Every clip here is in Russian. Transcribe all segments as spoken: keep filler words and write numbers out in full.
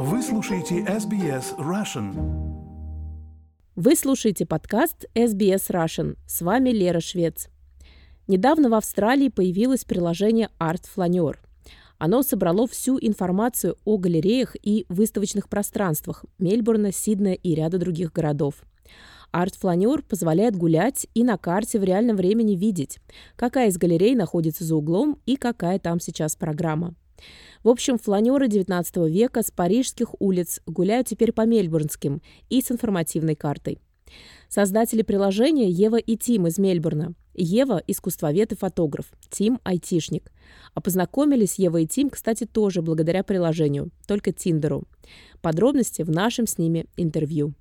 Вы слушаете эс би эс Russian. Вы слушаете подкаст эс би эс Russian. С вами Лера Швец. Недавно в Австралии появилось приложение ArtFlaneur. Оно собрало всю информацию о галереях и выставочных пространствах Мельбурна, Сиднея и ряда других городов. ArtFlaneur позволяет гулять и на карте в реальном времени видеть, какая из галерей находится за углом и какая там сейчас программа. В общем, фланеры девятнадцатого века с парижских улиц гуляют теперь по мельбурнским и с информативной картой. Создатели приложения Ева и Тим из Мельбурна. Ева – искусствовед и фотограф, Тим – айтишник. А познакомились Ева и Тим, кстати, тоже благодаря приложению, только Тиндеру. Подробности в нашем с ними интервью.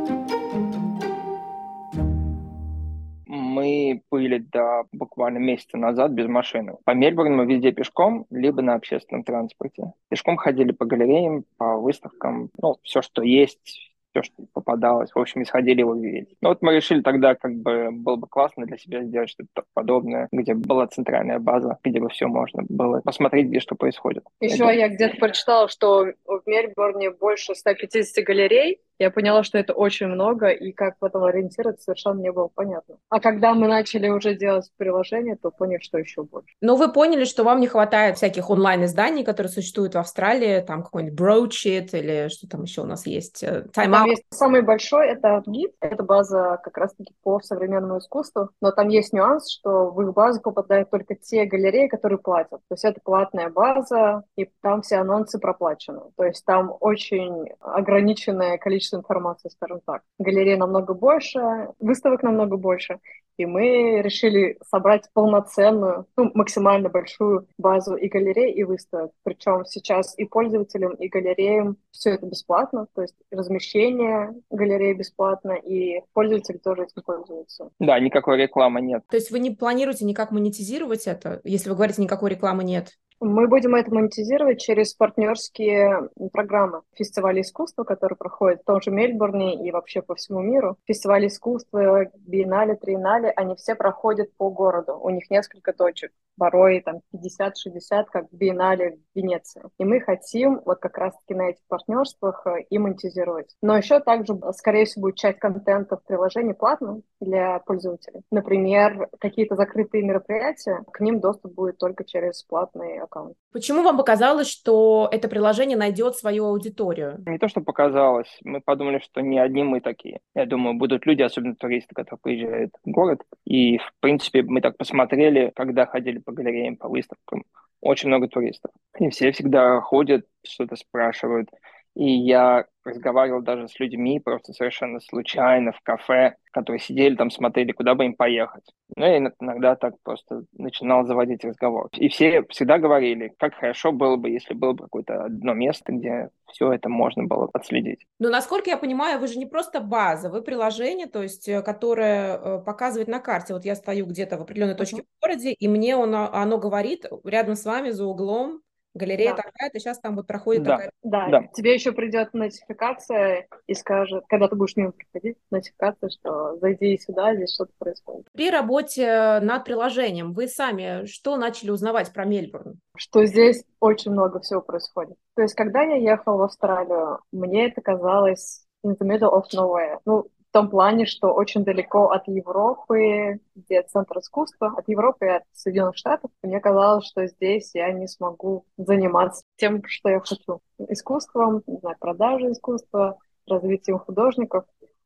Мы были до буквально месяца назад без машины. По Мельбурну мы везде пешком, либо на общественном транспорте. Пешком ходили по галереям, по выставкам, ну, все, что есть, все, что попадалось. В общем, исходили его видеть. Ну вот мы решили тогда, как бы, было бы классно для себя сделать что-то подобное, где была центральная база, где бы все можно было посмотреть, где что происходит. Еще я где-то прочитала, что в Мельбурне больше ста пятидесяти галерей. Я поняла, что это очень много, и как в этом ориентироваться совершенно не было понятно. А когда мы начали уже делать приложение, то поняли, что еще больше. Но вы поняли, что вам не хватает всяких онлайн-изданий, которые существуют в Австралии, там какой-нибудь Broadsheet или что там еще у нас есть? Time Там Out. есть самый большой, это гид, это база как раз-таки по современному искусству, но там есть нюанс, что в их базу попадают только те галереи, которые платят. То есть это платная база, и там все анонсы проплачены. То есть там очень ограниченное количество информации, скажем так. Галерей намного больше, выставок намного больше, и мы решили собрать полноценную, ну, максимально большую базу и галерей, и выставок. Причем сейчас и пользователям, и галереям все это бесплатно, то есть размещение галереи бесплатно, и пользователи тоже этим пользуются. Да, никакой рекламы нет. То есть вы не планируете никак монетизировать это, если вы говорите, никакой рекламы нет? Мы будем это монетизировать через партнерские программы. Фестивали искусства, которые проходят в том же Мельбурне и вообще по всему миру. Фестивали искусства, биеннале, триеннале, они все проходят по городу. У них несколько точек. Порой там пятьдесят-шестьдесят, как в биеннале в Венеции. И мы хотим вот как раз-таки на этих партнерствах и монетизировать. Но еще также, скорее всего, будет часть контента в приложении платным для пользователей. Например, какие-то закрытые мероприятия, к ним доступ будет только через платные аккаунт. Почему вам показалось, что это приложение найдет свою аудиторию? Не то, что показалось. Мы подумали, что не одни мы такие. Я думаю, будут люди, особенно туристы, которые приезжают в город. И, в принципе, мы так посмотрели, когда ходили по галереям, по выставкам. Очень много туристов. И все всегда ходят, что-то спрашивают. И я разговаривал даже с людьми просто совершенно случайно в кафе, которые сидели там, смотрели, куда бы им поехать. Ну, я иногда так просто начинал заводить разговор. И все всегда говорили, как хорошо было бы, если было бы какое-то одно место, где все это можно было отследить. Но, насколько я понимаю, вы же не просто база, вы приложение, то есть, которое показывает на карте. Вот я стою где-то в определенной точке uh-huh. в городе, и мне оно, оно говорит рядом с вами за углом, галерея да. такая-то, сейчас там вот проходит да. такая... Да. да, тебе еще придет нотификация и скажет, когда ты будешь мимо приходить, нотификация, что зайди сюда, здесь что-то происходит. При работе над приложением вы сами что начали узнавать про Мельбурн? Что здесь очень много всего происходит. То есть, когда я ехала в Австралию, мне это казалось in the middle of nowhere. Ну, в том плане, что очень далеко от Европы, где центр искусства, от Европы и от Соединенных Штатов, мне казалось, что здесь я не смогу заниматься тем, что я хочу. Искусством, не знаю, продажей искусства, развитием художников.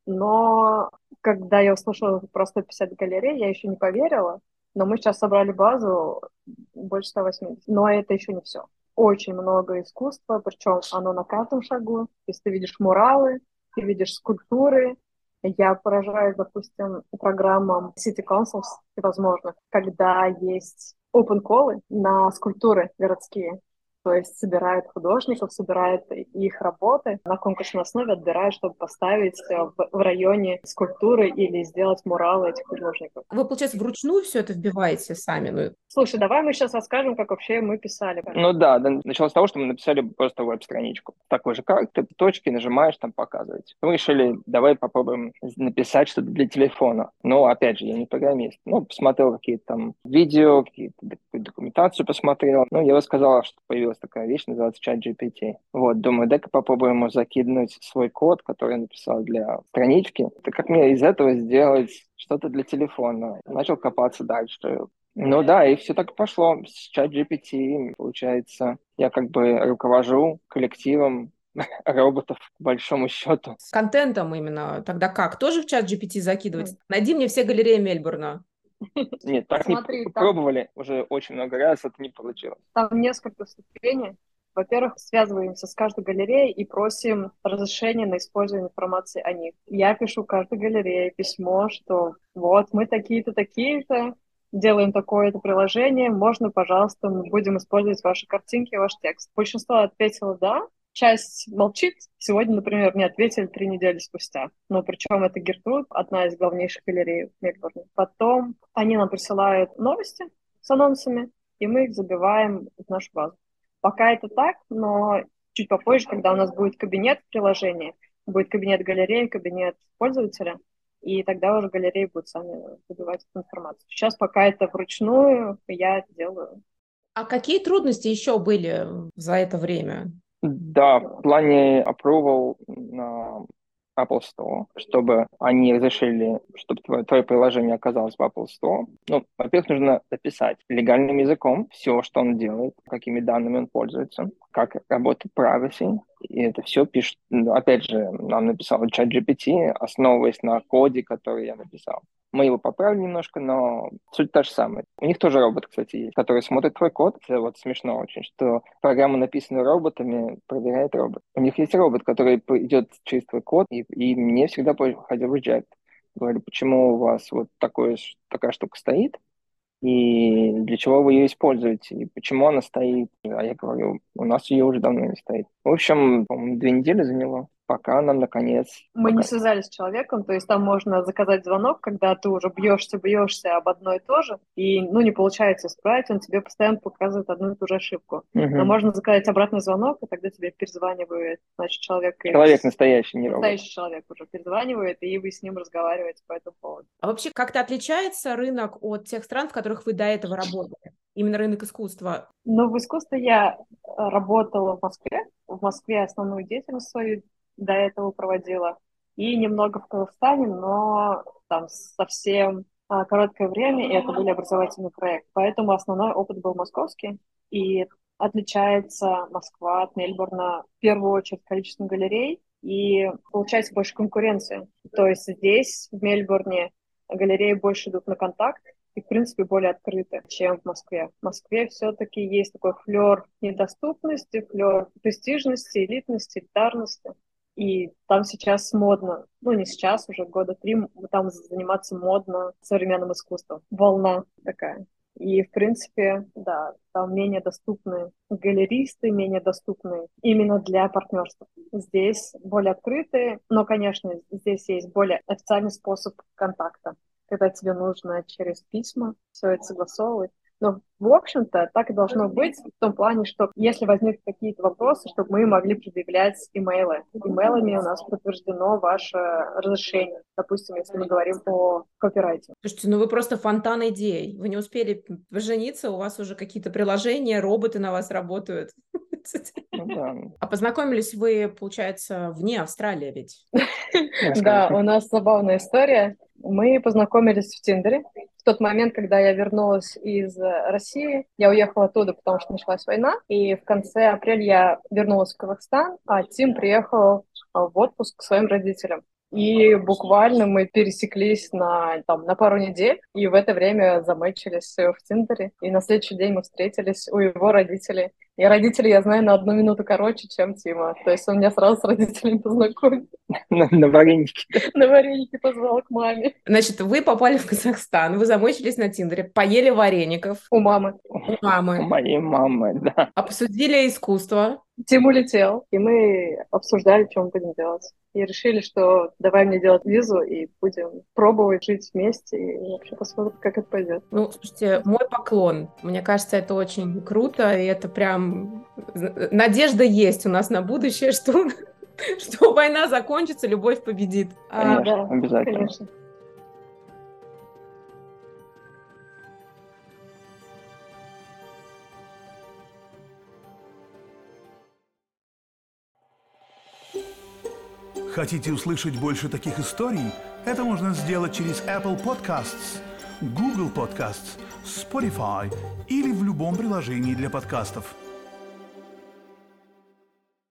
Но когда я услышала про сто пятьдесят галерей, я еще не поверила. Но мы сейчас собрали базу больше ста восьмидесяти. Но это еще не все. Очень много искусства, причем оно на каждом шагу. Если ты видишь муралы, ты видишь скульптуры. Я поражаюсь, допустим, программам City Councils всевозможных, когда есть open-call'ы на скульптуры городские. То есть собирают художников, собирают их работы, на конкурсной основе отбирают, чтобы поставить в, в районе скульптуры или сделать муралы этих художников. Вы, получается, вручную все это вбиваете сами? Ну... Слушай, давай мы сейчас расскажем, как вообще мы писали. Ну да, началось с того, что мы написали просто веб-страничку. Такой же карты, точки, нажимаешь, там показывать. Мы решили, давай попробуем написать что-то для телефона. Но, опять же, я не программист. Ну, посмотрел какие-то там видео, какие-то документацию посмотрел. Ну, я рассказал, что появилась появилась такая вещь, называется ChatGPT. Вот, думаю, дай-ка попробуем ему закинуть свой код, который я написал для странички. Так как мне из этого сделать что-то для телефона? Начал копаться дальше. Ну да, и все так и пошло. С ChatGPT, получается, я как бы руковожу коллективом роботов, по большому счету. С контентом именно. Тогда как? Тоже в чат джи пи ти закидывать? М. Найди мне все галереи Мельбурна. Нет, так не Смотри, там, пробовали уже очень много раз, это не получилось. там несколько ступеней. Во-первых, связываемся с каждой галереей и просим разрешения на использование информации о них. Я пишу каждой галерее письмо, что вот мы такие-то, такие-то, делаем такое-то приложение, можно, пожалуйста, мы будем использовать ваши картинки, ваш текст. Большинство ответило «да», часть молчит. Сегодня, например, мне ответили три недели спустя. Но причем это Гертруд, одна из главнейших галерей в Мельбурне. Потом они нам присылают новости с анонсами, и мы их забиваем в нашу базу. Пока это так, но чуть попозже, когда у нас будет кабинет в приложении, будет кабинет галереи, кабинет пользователя, и тогда уже галереи будут сами забивать эту информацию. Сейчас пока это вручную, я это делаю. А какие трудности еще были за это время? Да, в плане approval на Apple Store, чтобы они разрешили, чтобы твое, твое приложение оказалось в Apple Store. Ну, во-первых, нужно написать легальным языком все, что он делает, какими данными он пользуется, как работает privacy. И это все пишет, ну, опять же, нам написал ChatGPT, основываясь на коде, который я написал. Мы его поправили немножко, но суть та же самая. У них тоже робот, кстати, есть, который смотрит твой код. Это вот смешно очень, что программа, написанная роботами, проверяет робот. У них есть робот, который идет через твой код, и, и мне всегда приходил reject. Говорю, почему у вас вот такое, такая штука стоит, и для чего вы ее используете, и почему она стоит. А я говорю, у нас ее уже давно не стоит. В общем, по-моему, две недели заняло, пока нам, наконец... Мы пока... не связались с человеком, то есть там можно заказать звонок, когда ты уже бьешься, бьешься об одно и то же, и, ну, не получается исправить, он тебе постоянно показывает одну и ту же ошибку. Угу. Но можно заказать обратный звонок, и тогда тебе перезванивает, значит, человек... Человек настоящий, не робот. Настоящий человек уже перезванивает, и вы с ним разговариваете по этому поводу. А вообще как-то отличается рынок от тех стран, в которых вы до этого работали? Именно рынок искусства? Ну, в искусстве я работала в Москве. В Москве основную деятельность свою до этого проводила. И немного в Казахстане, но там совсем а, короткое время, и это были образовательные проекты. Поэтому основной опыт был московский. И отличается Москва от Мельбурна в первую очередь количеством галерей, и получается больше конкуренции. То есть здесь, в Мельбурне, галереи больше идут на контакт, и, в принципе, более открыты, чем в Москве. В Москве все-таки есть такой флер недоступности, флер престижности, элитности, элитарности. И там сейчас модно, ну не сейчас, уже года три, там заниматься модно современным искусством. Волна такая. И, в принципе, да, там менее доступны галеристы, менее доступны именно для партнерства. Здесь более открытые, но, конечно, здесь есть более официальный способ контакта, когда тебе нужно через письма все это согласовывать. Но, в общем-то, так и должно быть в том плане, что если возникнут какие-то вопросы, чтобы мы могли предъявлять имейлы. Имейлами у нас подтверждено ваше разрешение. Допустим, если мы говорим о копирайте. Слушайте, ну вы просто фонтан идей. Вы не успели пожениться, у вас уже какие-то приложения, роботы на вас работают. Ну, да. А познакомились вы, получается, вне Австралии ведь? Да, у нас забавная история. Мы познакомились в Тиндере. В тот момент, когда я вернулась из России, я уехала оттуда, потому что началась война. И в конце апреля я вернулась в Казахстан, а Тим приехал в отпуск к своим родителям. И буквально мы пересеклись на, там, на пару недель, и в это время замэчились в Тиндере. И на следующий день мы встретились у его родителей. И родителей я знаю на одну минуту короче, чем Тима. То есть он меня сразу с родителями познакомил. На, на вареники. На вареники позвал к маме. Значит, вы попали в Казахстан, вы замочились на Тиндере, поели вареников У мамы. у У мамы, моей мамы, да. обсудили искусство. Тим улетел, и мы обсуждали, что мы будем делать. И решили, что давай мне делать визу, и будем пробовать жить вместе, и вообще посмотрим, как это пойдет. Ну, слушайте, мой поклон. Мне кажется, это очень круто, и это прям... Надежда есть у нас на будущее, что, что война закончится, любовь победит. Конечно, Да, обязательно. конечно. Хотите услышать больше таких историй? Это можно сделать через Apple Podcasts, Google Podcasts, Spotify или в любом приложении для подкастов.